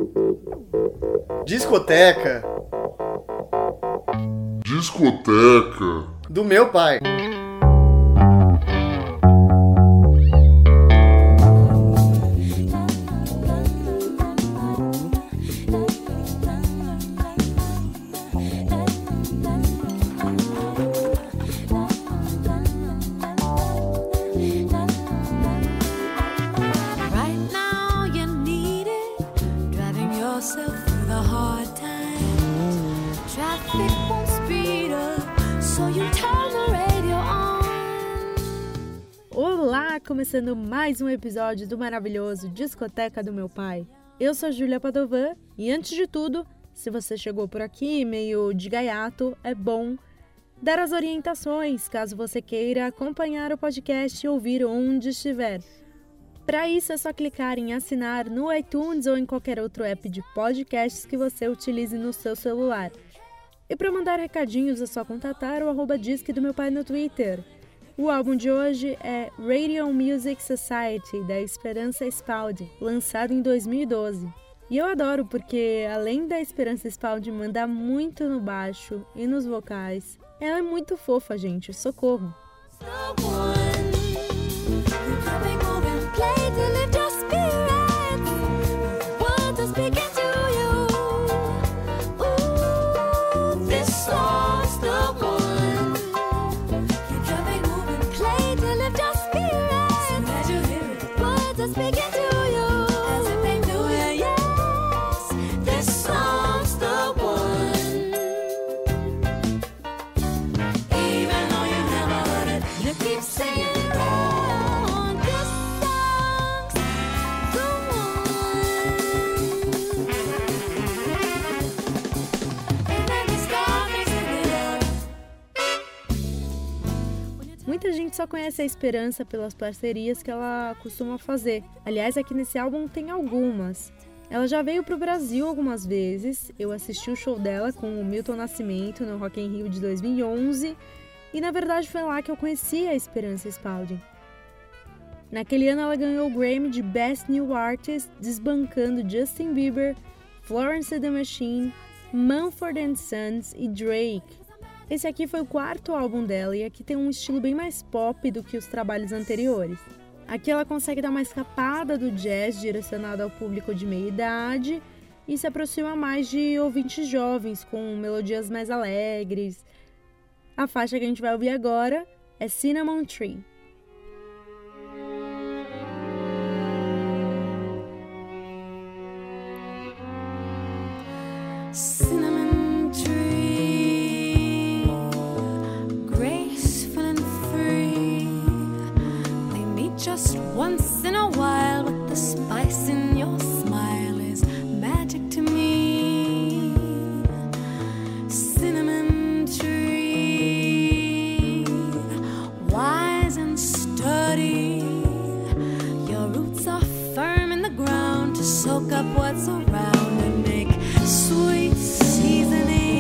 Discoteca. Discoteca. Do meu pai. Olá, começando mais um episódio do maravilhoso Discoteca do Meu Pai. Eu sou Júlia Padovan e antes de tudo, se você chegou por aqui meio de gaiato, é bom dar as orientações caso você queira acompanhar o podcast e ouvir onde estiver. Para isso é só clicar em assinar no iTunes ou em qualquer outro app de podcasts que você utilize no seu celular. E para mandar recadinhos é só contatar o @disque do meu pai no Twitter. O álbum de hoje é Radio Music Society, da Esperança Spalding, lançado em 2012. E eu adoro porque, além da Esperança Spalding mandar muito no baixo e nos vocais, ela é muito fofa, gente. Socorro! Muita gente só conhece a Esperança pelas parcerias que ela costuma fazer. Aliás, aqui nesse álbum tem algumas. Ela já veio pro Brasil algumas vezes. Eu assisti o show dela com o Milton Nascimento no Rock in Rio de 2011. E na verdade foi lá que eu conheci a Esperança Spalding. Naquele ano ela ganhou o Grammy de Best New Artist, desbancando Justin Bieber, Florence and the Machine, Mumford & Sons e Drake. Esse aqui foi o quarto álbum dela e aqui tem um estilo bem mais pop do que os trabalhos anteriores. Aqui ela consegue dar uma escapada do jazz direcionado ao público de meia idade e se aproxima mais de ouvintes jovens com melodias mais alegres. A faixa que a gente vai ouvir agora é Cinnamon Tree. Cinnamon tree, graceful and free. They meet just once in a while, but the spice in your smile is magic to me. Cinnamon tree, wise and sturdy. Your roots are firm in the ground to soak up what's around and make sweet seasoning.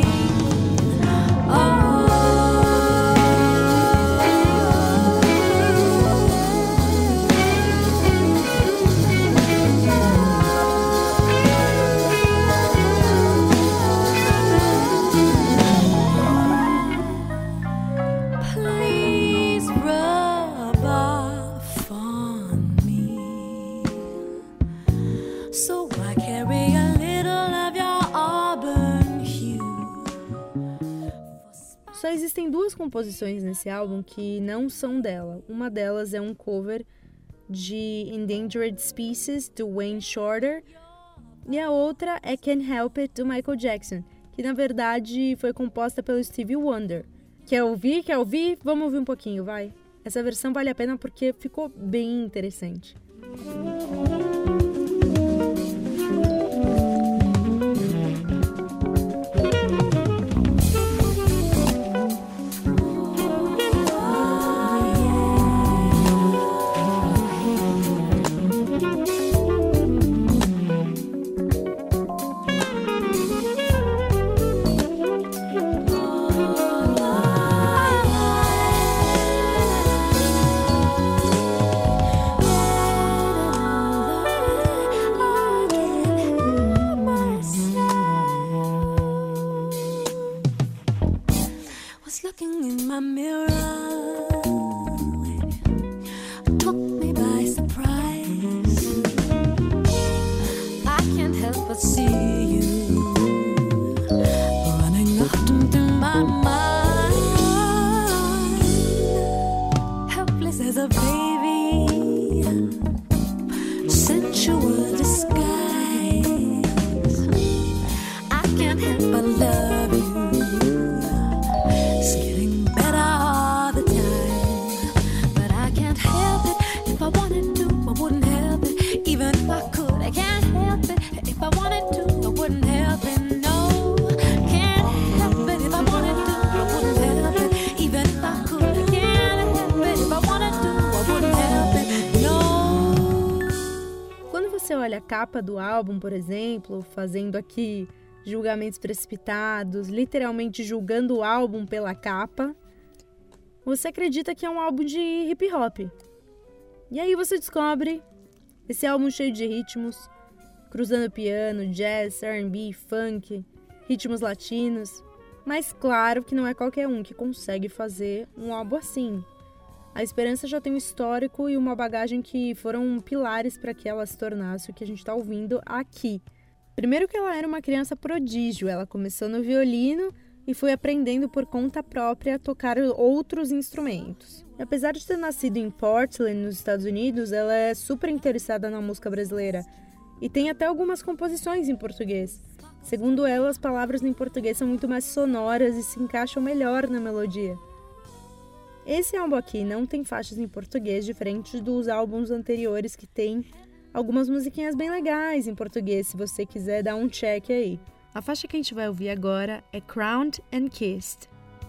Please rub off on me, so I carry a little of your auburn hue. Só existem duas composições nesse álbum que não são dela. Uma delas é um cover de Endangered Species, do Wayne Shorter, e a outra é Can't Help It, do Michael Jackson, que na verdade foi composta pelo Stevie Wonder. Quer ouvir? Quer ouvir? Vamos ouvir um pouquinho, vai. Essa versão vale a pena porque ficou bem interessante. capa do álbum, por exemplo, fazendo aqui julgamentos precipitados, literalmente julgando o álbum pela capa, você acredita que é um álbum de hip hop. E aí você descobre esse álbum cheio de ritmos, cruzando piano, jazz, R&B, funk, ritmos latinos. Mas claro que não é qualquer um que consegue fazer um álbum assim. A Esperança já tem um histórico e uma bagagem que foram pilares para que ela se tornasse o que a gente está ouvindo aqui. Primeiro que ela era uma criança prodígio, ela começou no violino e foi aprendendo por conta própria a tocar outros instrumentos. E apesar de ter nascido em Portland, nos Estados Unidos, ela é super interessada na música brasileira e tem até algumas composições em português. Segundo ela, as palavras em português são muito mais sonoras e se encaixam melhor na melodia. Esse álbum aqui não tem faixas em português, diferente dos álbuns anteriores que tem algumas musiquinhas bem legais em português, se você quiser dar um check aí. A faixa que a gente vai ouvir agora é Crowned and Kissed.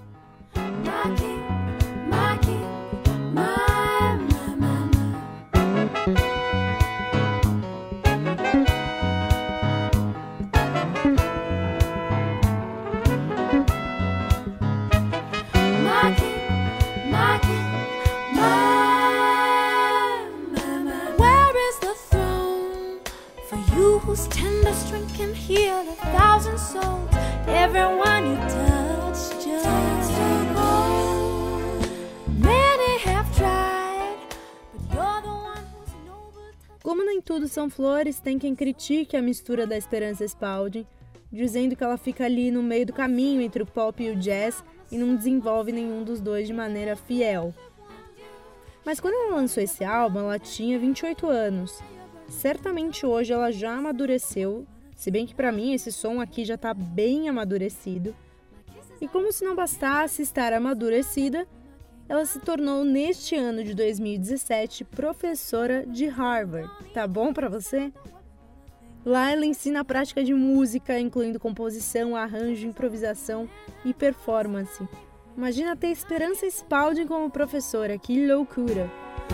Whose tender string can heal 1,000 souls. Everyone you touch just gold. Many have tried, but you're the one who's noble. Como nem tudo são flores, tem quem critique a mistura da Esperança Spalding, dizendo que ela fica ali no meio do caminho entre o pop e o jazz e não desenvolve nenhum dos dois de maneira fiel. Mas quando ela lançou esse álbum, ela tinha 28 anos. Certamente hoje ela já amadureceu, se bem que para mim esse som aqui já tá bem amadurecido. E como se não bastasse estar amadurecida, ela se tornou neste ano de 2017 professora de Harvard. Tá bom para você? Lá ela ensina a prática de música, incluindo composição, arranjo, improvisação e performance. Imagina ter Esperança Spalding como professora, que loucura!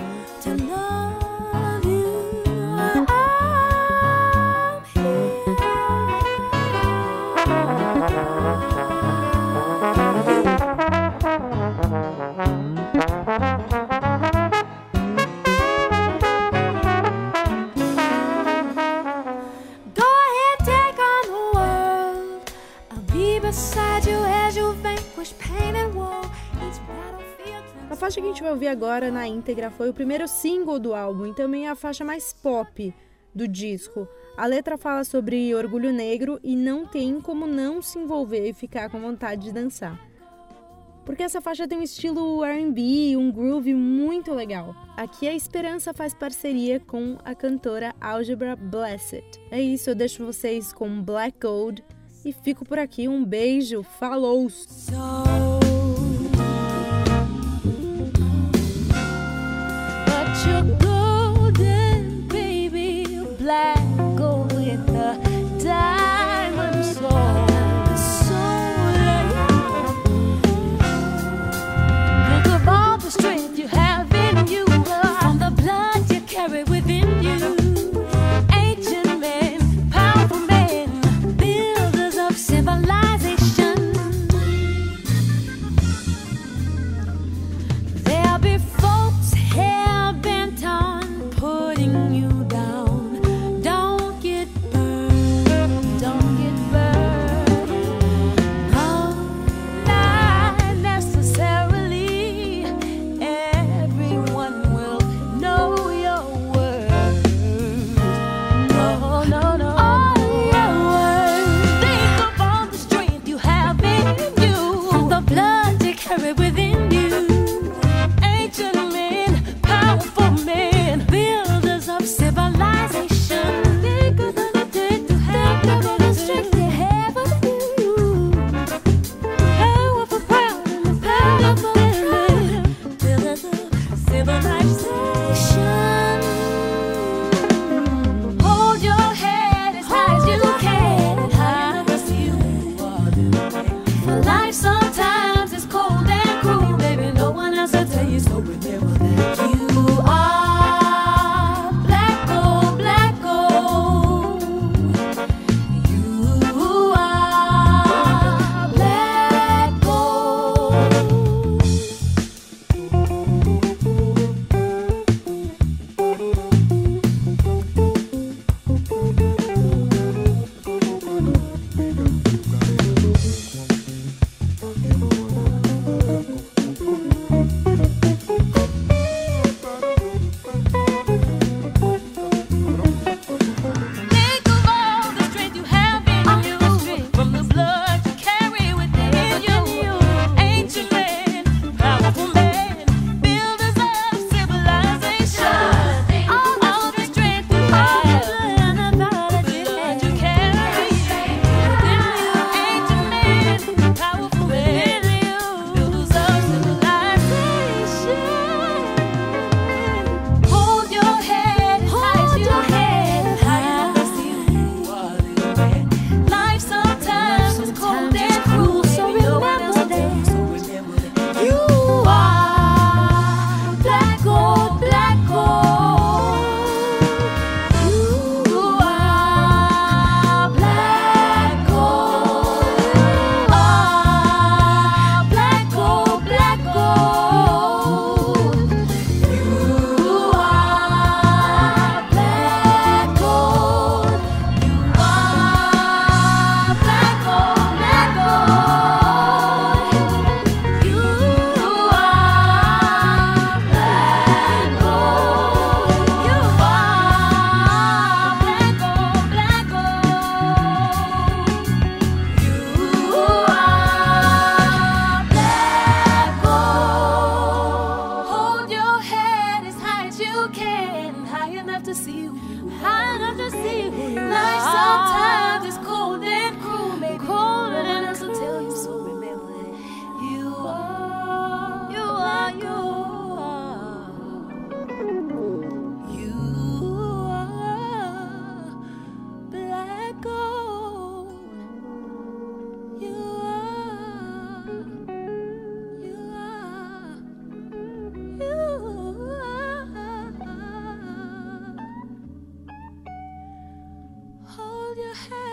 A faixa que a gente vai ouvir agora na íntegra foi o primeiro single do álbum e também a faixa mais pop do disco. A letra fala sobre orgulho negro e não tem como não se envolver e ficar com vontade de dançar. Porque essa faixa tem um estilo R&B, um groove muito legal. Aqui a Esperança faz parceria com a cantora Algebra Blessed. É isso, eu deixo vocês com Black Gold e fico por aqui. Um beijo, falou! You're golden, baby, black gold with the diamond soul. Think of all the strength you have in you, from the blood you carry within you. Ancient men, powerful men, builders of civilization. hold your head